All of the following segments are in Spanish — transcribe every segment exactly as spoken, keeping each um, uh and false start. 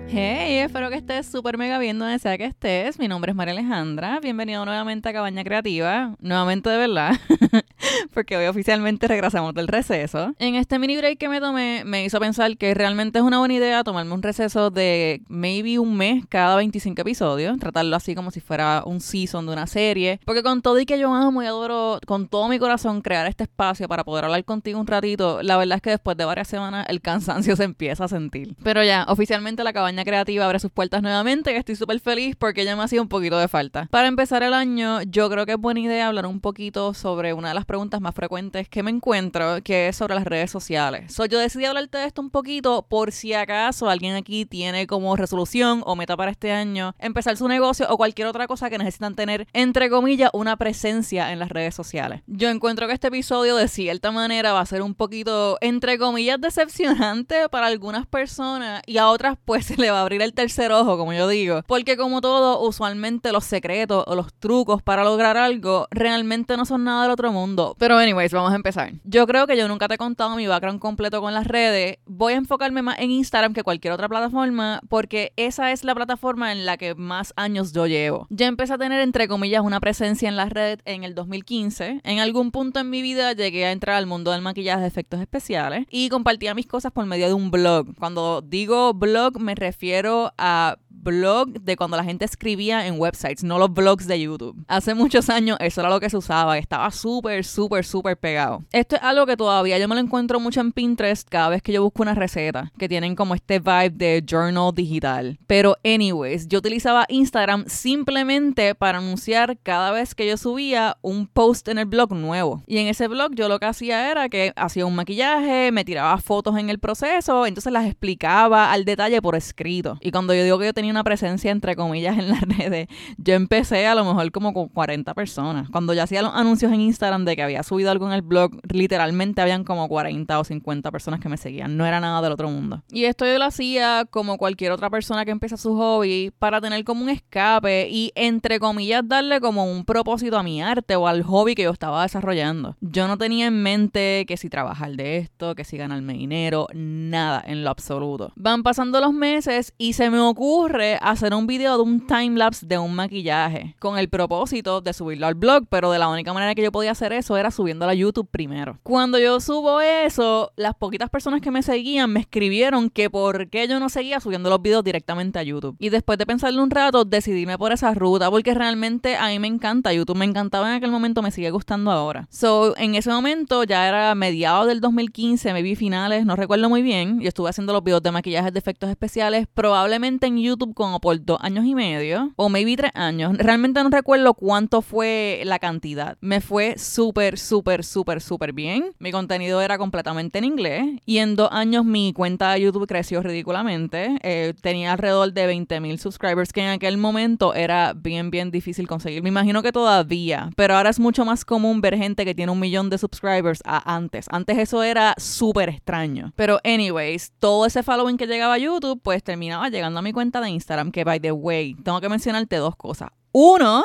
Hey, espero que estés súper mega bien donde sea que estés. Mi nombre es María Alejandra. Bienvenido nuevamente a Cabaña Creativa. Nuevamente de verdad. Porque hoy oficialmente regresamos del receso. En este mini break que me tomé, me hizo pensar que realmente es una buena idea tomarme un receso de maybe un mes cada veinticinco episodios. Tratarlo así como si fuera un season de una serie. Porque con todo y que yo amo y adoro con todo mi corazón crear este espacio para poder hablar contigo un ratito, la verdad es que después de varias semanas el cansancio se empieza a sentir. Pero ya, oficialmente la Cabaña Creativa abre sus puertas nuevamente y estoy súper feliz porque ya me hacía un poquito de falta. Para empezar el año, yo creo que es buena idea hablar un poquito sobre una de las preguntas más frecuentes que me encuentro, que es sobre las redes sociales. So, yo decidí hablarte de esto un poquito por si acaso alguien aquí tiene como resolución o meta para este año empezar su negocio o cualquier otra cosa que necesitan tener, entre comillas, una presencia en las redes sociales. Yo encuentro que este episodio de cierta manera va a ser un poquito, entre comillas, decepcionante para algunas personas y a otras pues se le va a abrir el tercer ojo, como yo digo, porque como todo, usualmente los secretos o los trucos para lograr algo realmente no son nada del otro mundo. Pero anyways, vamos a empezar. Yo creo que yo nunca te he contado mi background completo con las redes. Voy a enfocarme más en Instagram que cualquier otra plataforma porque esa es la plataforma en la que más años yo llevo. Ya empecé a tener, entre comillas, una presencia en las redes en el dos mil quince. En algún punto en mi vida llegué a entrar al mundo del maquillaje de efectos especiales y compartía mis cosas por medio de un blog. Cuando digo blog me refiero a blog de cuando la gente escribía en websites, no los blogs de YouTube. Hace muchos años eso era lo que se usaba, estaba súper, súper, súper pegado. Esto es algo que todavía yo me lo encuentro mucho en Pinterest cada vez que yo busco una receta, que tienen como este vibe de journal digital. Pero anyways, yo utilizaba Instagram simplemente para anunciar cada vez que yo subía un post en el blog nuevo. Y en ese blog yo lo que hacía era que hacía un maquillaje, me tiraba fotos en el proceso, entonces las explicaba al detalle por escrito. Y cuando yo digo que yo tenía una presencia entre comillas en las redes, yo empecé a lo mejor como con cuarenta personas. Cuando yo hacía los anuncios en Instagram de que había subido algo en el blog, literalmente habían como cuarenta o cincuenta personas que me seguían. No era nada del otro mundo. Y esto yo lo hacía como cualquier otra persona que empieza su hobby para tener como un escape y entre comillas darle como un propósito a mi arte o al hobby que yo estaba desarrollando. Yo no tenía en mente que si trabajar de esto, que si ganarme dinero, nada en lo absoluto. Van pasando los meses y se me ocurre hacer un video de un timelapse de un maquillaje con el propósito de subirlo al blog, pero de la única manera que yo podía hacer eso era subiéndolo a YouTube primero. Cuando yo subo eso, las poquitas personas que me seguían me escribieron que por qué yo no seguía subiendo los videos directamente a YouTube. Y después de pensarlo un rato, decidirme por esa ruta porque realmente a mí me encanta YouTube, me encantaba en aquel momento, me sigue gustando ahora. So, en ese momento ya era mediados del dos mil quince, me vi finales, no recuerdo muy bien, yo estuve haciendo los videos de maquillajes de efectos especiales probablemente en YouTube como por dos años y medio o maybe tres años. Realmente no recuerdo cuánto fue la cantidad. Me fue súper, súper, súper, súper bien. Mi contenido era completamente en inglés y en dos años mi cuenta de YouTube creció ridículamente. Eh, tenía alrededor de veinte mil subscribers que en aquel momento era bien, bien difícil conseguir. Me imagino que todavía, pero ahora es mucho más común ver gente que tiene un millón de subscribers a antes. Antes eso era súper extraño. Pero anyways, todo ese following que llegaba a YouTube pues terminaba llegando a mi cuenta de Instagram, que by the way, tengo que mencionarte dos cosas. Uno,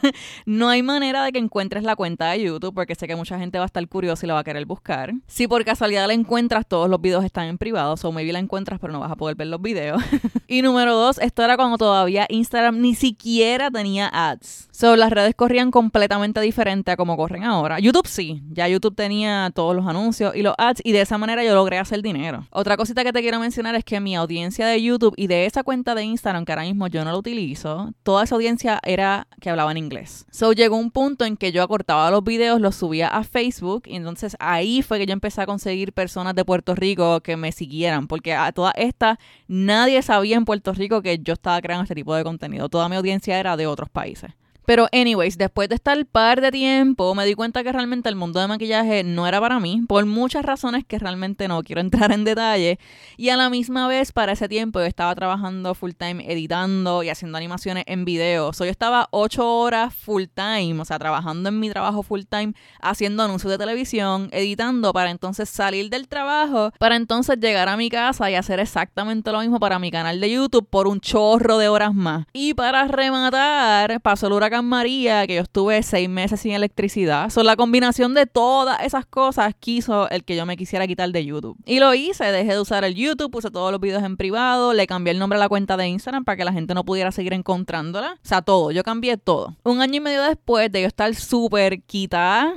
no hay manera de que encuentres la cuenta de YouTube porque sé que mucha gente va a estar curiosa y la va a querer buscar. Si por casualidad la encuentras, todos los videos están en privado, so maybe la encuentras pero no vas a poder ver los videos. Y número dos, esto era cuando todavía Instagram ni siquiera tenía ads. So las redes corrían completamente diferente a como corren ahora. YouTube sí, ya YouTube tenía todos los anuncios y los ads y de esa manera yo logré hacer dinero. Otra cosita que te quiero mencionar es que mi audiencia de YouTube y de esa cuenta de Instagram que ahora mismo yo no la utilizo, toda esa audiencia era que hablaba en inglés. So llegó un punto en que yo acortaba los videos, los subía a Facebook y entonces ahí fue que yo empecé a conseguir personas de Puerto Rico que me siguieran porque a todas estas nadie sabía en Puerto Rico que yo estaba creando este tipo de contenido. Toda mi audiencia era de otros países. Pero anyways, después de estar par de tiempo, me di cuenta que realmente el mundo de maquillaje no era para mí, por muchas razones que realmente no quiero entrar en detalle. Y a la misma vez, para ese tiempo, yo estaba trabajando full time, editando y haciendo animaciones en video. So, yo estaba ocho horas full time, o sea, trabajando en mi trabajo full time, haciendo anuncios de televisión, editando, para entonces salir del trabajo, para entonces llegar a mi casa y hacer exactamente lo mismo para mi canal de YouTube por un chorro de horas más. Y para rematar, pasó el huracán huracán María, que yo estuve seis meses sin electricidad. So, la combinación de todas esas cosas quiso el que yo me quisiera quitar de YouTube. Y lo hice, dejé de usar el YouTube, puse todos los videos en privado, le cambié el nombre a la cuenta de Instagram para que la gente no pudiera seguir encontrándola. O sea, todo, yo cambié todo. Un año y medio después de yo estar súper quitada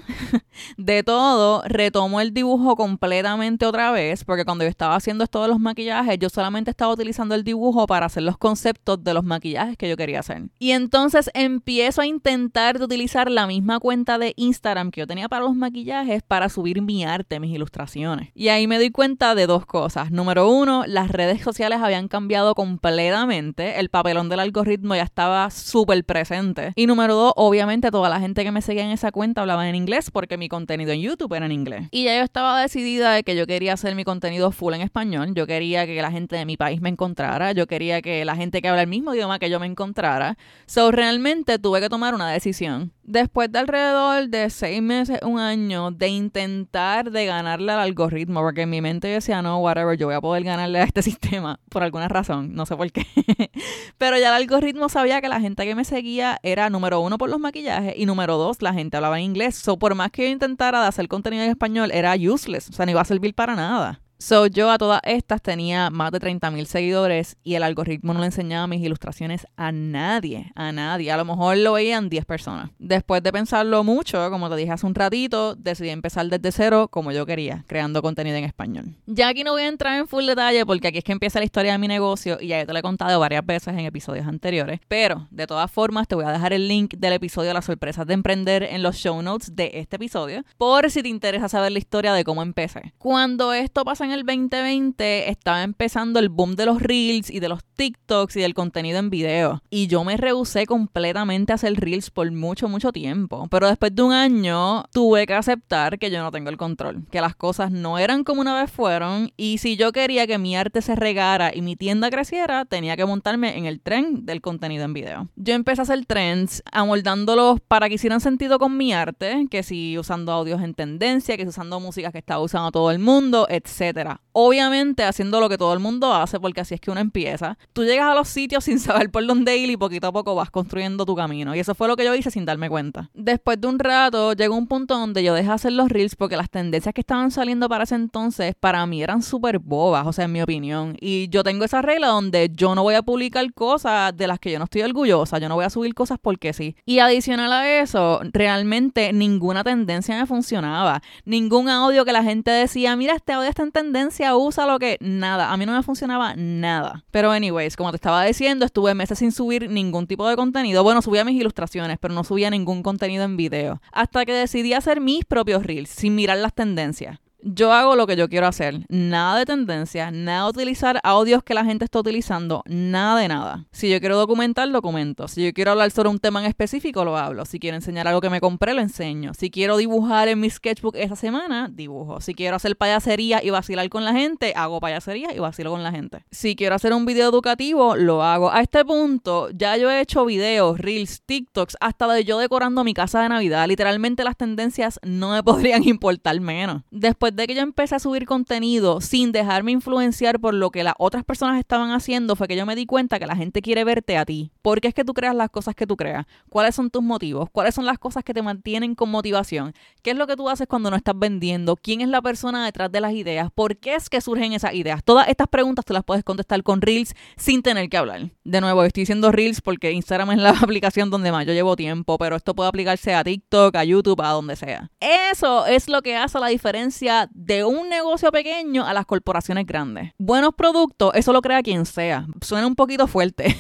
de todo, retomo el dibujo completamente otra vez, porque cuando yo estaba haciendo esto de los maquillajes, yo solamente estaba utilizando el dibujo para hacer los conceptos de los maquillajes que yo quería hacer. Y entonces empiezo a intentar de utilizar la misma cuenta de Instagram que yo tenía para los maquillajes para subir mi arte, mis ilustraciones. Y ahí me doy cuenta de dos cosas. Número uno, las redes sociales habían cambiado completamente. El papelón del algoritmo ya estaba súper presente. Y número dos, obviamente toda la gente que me seguía en esa cuenta hablaba en inglés porque mi contenido en YouTube era en inglés. Y ya yo estaba decidida de que yo quería hacer mi contenido full en español. Yo quería que la gente de mi país me encontrara. Yo quería que la gente que habla el mismo idioma que yo me encontrara. So, realmente tuve que tomar una decisión. Después de alrededor de seis meses, un año de intentar de ganarle al algoritmo, porque en mi mente yo decía, no, whatever, yo voy a poder ganarle a este sistema por alguna razón, no sé por qué. Pero ya el algoritmo sabía que la gente que me seguía era número uno por los maquillajes y número dos, la gente hablaba en inglés. So, por más que yo intentara de hacer contenido en español, era useless, o sea, no iba a servir para nada. So, yo a todas estas tenía más de treinta mil seguidores y el algoritmo no le enseñaba mis ilustraciones a nadie, a nadie. A lo mejor lo veían diez personas. Después de pensarlo mucho, como te dije hace un ratito, decidí empezar desde cero como yo quería, creando contenido en español. Ya aquí no voy a entrar en full detalle porque aquí es que empieza la historia de mi negocio y ya te lo he contado varias veces en episodios anteriores. Pero, de todas formas, te voy a dejar el link del episodio de las sorpresas de emprender en los show notes de este episodio por si te interesa saber la historia de cómo empecé. Cuando esto pasa en el veinte veinte estaba empezando el boom de los Reels y de los TikToks y del contenido en video. Y yo me rehusé completamente a hacer Reels por mucho, mucho tiempo. Pero después de un año tuve que aceptar que yo no tengo el control. Que las cosas no eran como una vez fueron. Y si yo quería que mi arte se regara y mi tienda creciera, tenía que montarme en el tren del contenido en video. Yo empecé a hacer trends, amoldándolos para que hicieran sentido con mi arte. Que si usando audios en tendencia, que si usando música que estaba usando todo el mundo, etcétera. Obviamente haciendo lo que todo el mundo hace, porque así es que uno empieza. Tú llegas a los sitios sin saber por dónde ir y poquito a poco vas construyendo tu camino. Y eso fue lo que yo hice sin darme cuenta. Después de un rato llegó un punto donde yo dejé de hacer los Reels porque las tendencias que estaban saliendo para ese entonces para mí eran súper bobas, o sea, en mi opinión. Y yo tengo esa regla donde yo no voy a publicar cosas de las que yo no estoy orgullosa. Yo no voy a subir cosas porque sí. Y adicional a eso, realmente ninguna tendencia me funcionaba. Ningún audio que la gente decía, mira, este audio está en tendencia. Tendencia, usa lo que, nada, a mí no me funcionaba nada. Pero anyways, como te estaba diciendo, estuve meses sin subir ningún tipo de contenido. Bueno, subía mis ilustraciones, pero no subía ningún contenido en video. Hasta que decidí hacer mis propios reels, sin mirar las tendencias. Yo hago lo que yo quiero hacer. Nada de tendencia, nada de utilizar audios que la gente está utilizando, nada de nada. Si yo quiero documentar, documento. Si yo quiero hablar sobre un tema en específico, lo hablo. Si quiero enseñar algo que me compré, lo enseño. Si quiero dibujar en mi sketchbook esa semana, dibujo. Si quiero hacer payasería y vacilar con la gente, hago payasería y vacilo con la gente. Si quiero hacer un video educativo, lo hago. A este punto, ya yo he hecho videos, reels, TikToks, hasta de yo decorando mi casa de Navidad. Literalmente las tendencias no me podrían importar menos. Después de que yo empecé a subir contenido sin dejarme influenciar por lo que las otras personas estaban haciendo, fue que yo me di cuenta que la gente quiere verte a ti. ¿Por qué es que tú creas las cosas que tú creas? ¿Cuáles son tus motivos? ¿Cuáles son las cosas que te mantienen con motivación? ¿Qué es lo que tú haces cuando no estás vendiendo? ¿Quién es la persona detrás de las ideas? ¿Por qué es que surgen esas ideas? Todas estas preguntas tú las puedes contestar con Reels sin tener que hablar. De nuevo, estoy diciendo Reels porque Instagram es la aplicación donde más yo llevo tiempo, pero esto puede aplicarse a TikTok, a YouTube, a donde sea. Eso es lo que hace la diferencia de un negocio pequeño a las corporaciones grandes. Buenos productos, eso lo crea quien sea. Suena un poquito fuerte,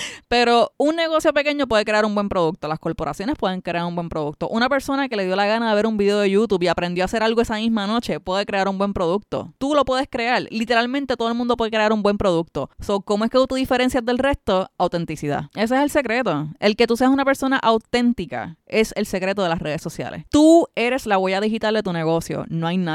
pero un negocio pequeño puede crear un buen producto. Las corporaciones pueden crear un buen producto. Una persona que le dio la gana de ver un video de YouTube y aprendió a hacer algo esa misma noche puede crear un buen producto. Tú lo puedes crear. Literalmente todo el mundo puede crear un buen producto. So, ¿cómo es que tú te diferencias del resto? Autenticidad. Ese es el secreto. El que tú seas una persona auténtica es el secreto de las redes sociales. Tú eres la huella digital de tu negocio. No hay nadie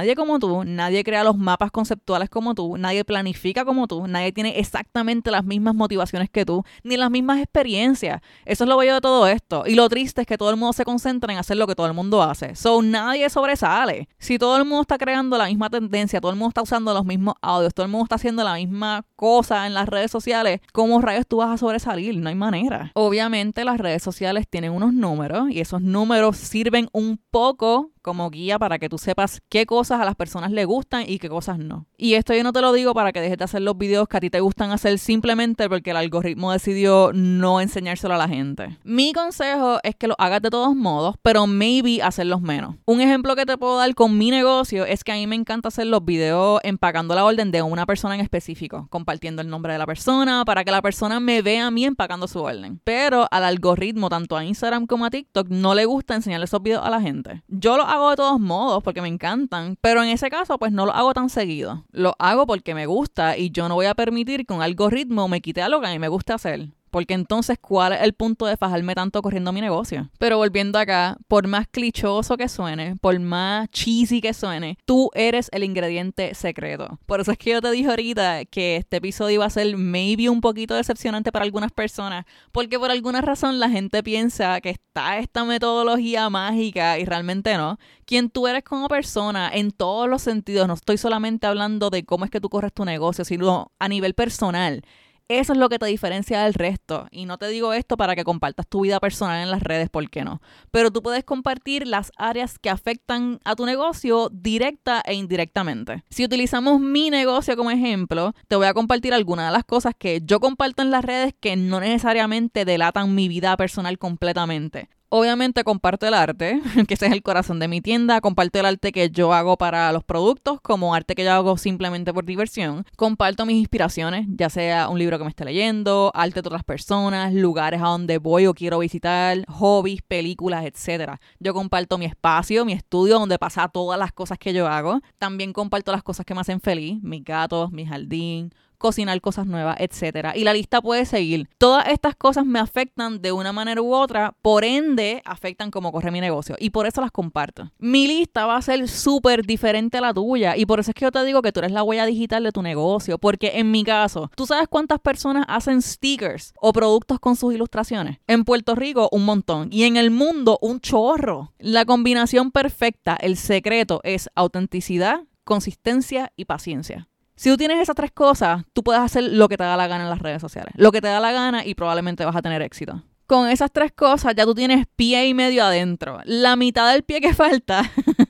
nadie como tú, nadie crea los mapas conceptuales como tú, nadie planifica como tú, nadie tiene exactamente las mismas motivaciones que tú, ni las mismas experiencias. Eso es lo bello de todo esto. Y lo triste es que todo el mundo se concentra en hacer lo que todo el mundo hace. So, nadie sobresale. Si todo el mundo está creando la misma tendencia, todo el mundo está usando los mismos audios, todo el mundo está haciendo la misma cosa en las redes sociales, ¿cómo rayos tú vas a sobresalir? No hay manera. Obviamente las redes sociales tienen unos números y esos números sirven un poco como guía para que tú sepas qué cosas a las personas les gustan y qué cosas no. Y esto yo no te lo digo para que dejes de hacer los videos que a ti te gustan hacer simplemente porque el algoritmo decidió no enseñárselo a la gente. Mi consejo es que lo hagas de todos modos, pero maybe hacerlos menos. Un ejemplo que te puedo dar con mi negocio es que a mí me encanta hacer los videos empacando la orden de una persona en específico, compartiendo el nombre de la persona para que la persona me vea a mí empacando su orden. Pero al algoritmo, tanto a Instagram como a TikTok, no le gusta enseñarle esos videos a la gente. Yo lo hago de todos modos porque me encantan, pero en ese caso pues no lo hago tan seguido. Lo hago porque me gusta y yo no voy a permitir que un algoritmo me quite algo que a mí me gusta hacer. Porque entonces, ¿cuál es el punto de fajarme tanto corriendo mi negocio? Pero volviendo acá, por más clichoso que suene, por más cheesy que suene, tú eres el ingrediente secreto. Por eso es que yo te dije ahorita que este episodio iba a ser maybe un poquito decepcionante para algunas personas, porque por alguna razón la gente piensa que está esta metodología mágica y realmente no. Quien tú eres como persona en todos los sentidos, no estoy solamente hablando de cómo es que tú corres tu negocio, sino a nivel personal. Eso es lo que te diferencia del resto. Y no te digo esto para que compartas tu vida personal en las redes, ¿por qué no? Pero tú puedes compartir las áreas que afectan a tu negocio directa e indirectamente. Si utilizamos mi negocio como ejemplo, te voy a compartir algunas de las cosas que yo comparto en las redes que no necesariamente delatan mi vida personal completamente. Obviamente comparto el arte, que ese es el corazón de mi tienda. Comparto el arte que yo hago para los productos, como arte que yo hago simplemente por diversión. Comparto mis inspiraciones, ya sea un libro que me esté leyendo, arte de otras personas, lugares a donde voy o quiero visitar, hobbies, películas, etcétera. Yo comparto mi espacio, mi estudio, donde pasa todas las cosas que yo hago. También comparto las cosas que me hacen feliz, mis gatos, mi jardín, cocinar cosas nuevas, etcétera. Y la lista puede seguir. Todas estas cosas me afectan de una manera u otra, por ende afectan cómo corre mi negocio y por eso las comparto. Mi lista va a ser súper diferente a la tuya y por eso es que yo te digo que tú eres la huella digital de tu negocio, porque en mi caso, ¿tú sabes cuántas personas hacen stickers o productos con sus ilustraciones? En Puerto Rico, un montón, y en el mundo, un chorro. La combinación perfecta, el secreto es autenticidad, consistencia y paciencia. Si tú tienes esas tres cosas, tú puedes hacer lo que te da la gana en las redes sociales. Lo que te da la gana y probablemente vas a tener éxito. Con esas tres cosas ya tú tienes pie y medio adentro. La mitad del pie que falta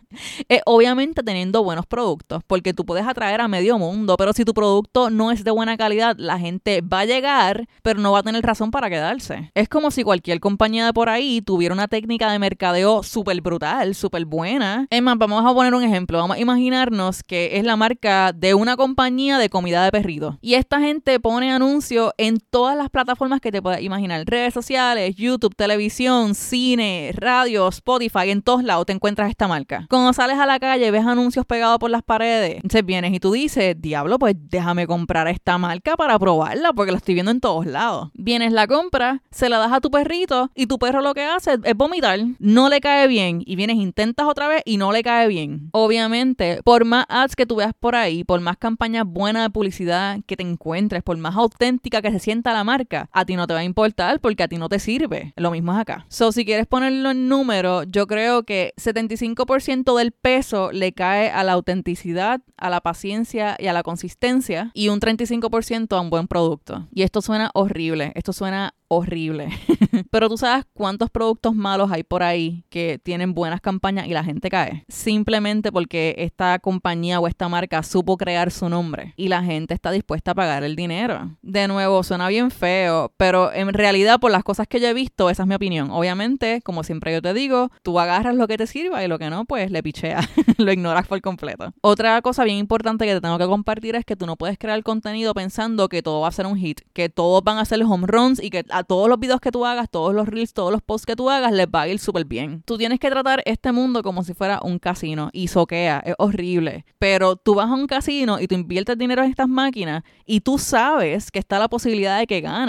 es obviamente teniendo buenos productos, porque tú puedes atraer a medio mundo, pero si tu producto no es de buena calidad, la gente va a llegar, pero no va a tener razón para quedarse. Es como si cualquier compañía de por ahí tuviera una técnica de mercadeo súper brutal, súper buena. Es más, vamos a poner un ejemplo. Vamos a imaginarnos que es la marca de una compañía de comida de perrito. Y esta gente pone anuncios en todas las plataformas que te puedas imaginar. Redes sociales, YouTube, televisión, cine, radio, Spotify, en todos lados te encuentras esta marca. Con Cuando sales a la calle, ves anuncios pegados por las paredes. Entonces vienes y tú dices, diablo, pues déjame comprar esta marca para probarla porque la estoy viendo en todos lados. Vienes, la compras, se la das a tu perrito y tu perro lo que hace es vomitar. No le cae bien. Y vienes, intentas otra vez y no le cae bien. Obviamente, por más ads que tú veas por ahí, por más campañas buenas de publicidad que te encuentres, por más auténtica que se sienta la marca, a ti no te va a importar porque a ti no te sirve. Lo mismo es acá. So, si quieres ponerlo en número, yo creo que setenta y cinco por ciento del peso le cae a la autenticidad, a la paciencia y a la consistencia, y un treinta y cinco por ciento a un buen producto. Y esto suena horrible, esto suena horrible. Pero tú sabes cuántos productos malos hay por ahí que tienen buenas campañas y la gente cae. Simplemente porque esta compañía o esta marca supo crear su nombre y la gente está dispuesta a pagar el dinero. De nuevo, suena bien feo, pero en realidad por las cosas que yo he visto, esa es mi opinión. Obviamente, como siempre yo te digo, tú agarras lo que te sirva y lo que no, pues le picheas. Lo ignoras por completo. Otra cosa bien importante que te tengo que compartir es que tú no puedes crear contenido pensando que todo va a ser un hit, que todos van a ser home runs y que a todos los videos que tú hagas, todos los reels, todos los posts que tú hagas, les va a ir súper bien. Tú tienes que tratar este mundo como si fuera un casino y soquea, es horrible. Pero tú vas a un casino y tú inviertes dinero en estas máquinas y tú sabes que está la posibilidad de que ganes,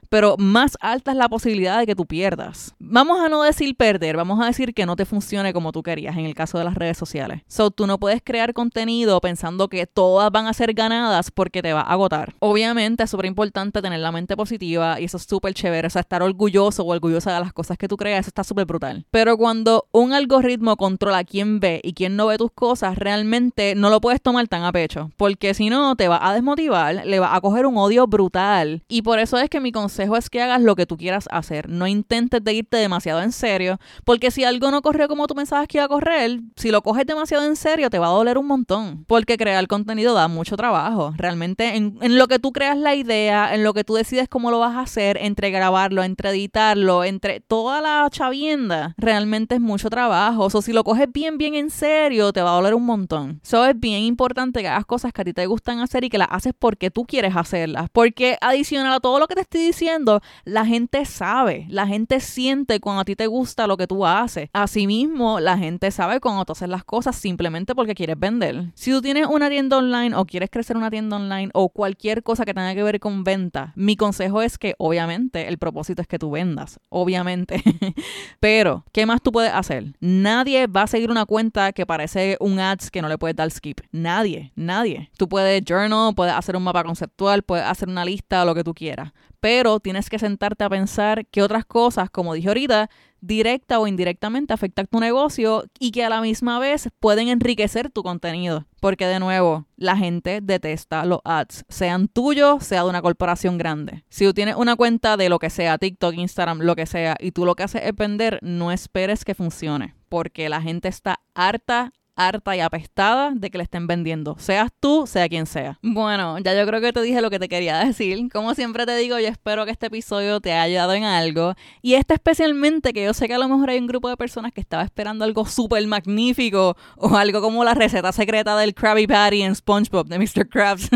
pero más alta es la posibilidad de que tú pierdas. Vamos a no decir perder, vamos a decir que no te funcione como tú querías en el caso de las redes sociales. So, tú no puedes crear contenido pensando que todas van a ser ganadas porque te va a agotar. Obviamente es súper importante tener la mente positiva y eso es súper chévere, o sea, estar orgulloso o orgullosa de las cosas que tú creas, eso está súper brutal. Pero cuando un algoritmo controla quién ve y quién no ve tus cosas, realmente no lo puedes tomar tan a pecho, porque si no te va a desmotivar, le va a coger un odio brutal. Y por eso es que mi consejo es que hagas lo que tú quieras hacer, no intentes de irte demasiado en serio, porque si algo no corrió como tú pensabas que iba a correr, si lo coges demasiado en serio te va a doler un montón, porque crear contenido da mucho trabajo. Realmente en, en lo que tú creas la idea, en lo que tú decides cómo lo vas a hacer, entre grabarlo, entre editarlo, entre toda la chavienda, realmente es mucho trabajo. O so, si lo coges bien, bien en serio, te va a doler un montón. So, es bien importante que hagas cosas que a ti te gustan hacer y que las haces porque tú quieres hacerlas. Porque adicional a todo lo que te estoy diciendo, la gente sabe, la gente siente cuando a ti te gusta lo que tú haces. Asimismo, la gente sabe cuando tú haces las cosas simplemente porque quieres vender. Si tú tienes una tienda online o quieres crecer una tienda online o cualquier cosa que tenga que ver con venta, mi consejo es que obviamente el propósito es que tú vendas, obviamente. Pero, ¿qué más tú puedes hacer? Nadie va a seguir una cuenta que parece un ads que no le puedes dar skip. Nadie, nadie. Tú puedes journal, puedes hacer un mapa conceptual, puedes hacer una lista, lo que tú quieras. Pero tienes que sentarte a pensar qué otras cosas, como dije ahorita, directa o indirectamente afectan tu negocio y que a la misma vez pueden enriquecer tu contenido. Porque de nuevo, la gente detesta los ads, sean tuyos, sea de una corporación grande. Si tú tienes una cuenta de lo que sea, TikTok, Instagram, lo que sea, y tú lo que haces es vender, no esperes que funcione. Porque la gente está harta, harta y apestada de que le estén vendiendo. Seas tú, sea quien sea. Bueno, ya yo creo que te dije lo que te quería decir. Como siempre te digo, yo espero que este episodio te haya ayudado en algo. Y este especialmente, que yo sé que a lo mejor hay un grupo de personas que estaba esperando algo súper magnífico o algo como la receta secreta del Krabby Patty en SpongeBob de mister Krabs.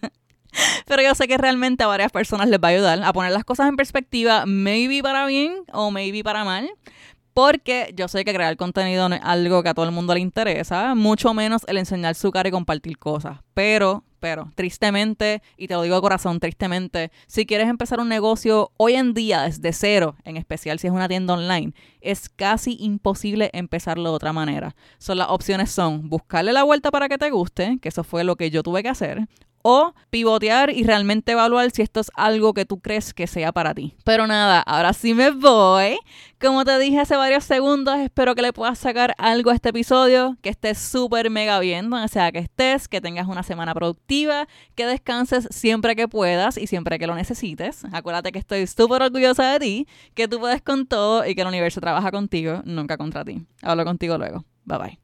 Pero yo sé que realmente a varias personas les va a ayudar a poner las cosas en perspectiva, maybe para bien o maybe para mal. Porque yo sé que crear contenido no es algo que a todo el mundo le interesa, mucho menos el enseñar su cara y compartir cosas. Pero, pero, tristemente, y te lo digo de corazón, tristemente, si quieres empezar un negocio hoy en día desde cero, en especial si es una tienda online, es casi imposible empezarlo de otra manera. So, las opciones son buscarle la vuelta para que te guste, que eso fue lo que yo tuve que hacer, o pivotear y realmente evaluar si esto es algo que tú crees que sea para ti. Pero nada, ahora sí me voy. Como te dije hace varios segundos, espero que le puedas sacar algo a este episodio, que estés súper mega bien, donde sea que estés, que tengas una semana productiva, que descanses siempre que puedas y siempre que lo necesites. Acuérdate que estoy súper orgullosa de ti, que tú puedes con todo y que el universo trabaja contigo, nunca contra ti. Hablo contigo luego. Bye bye.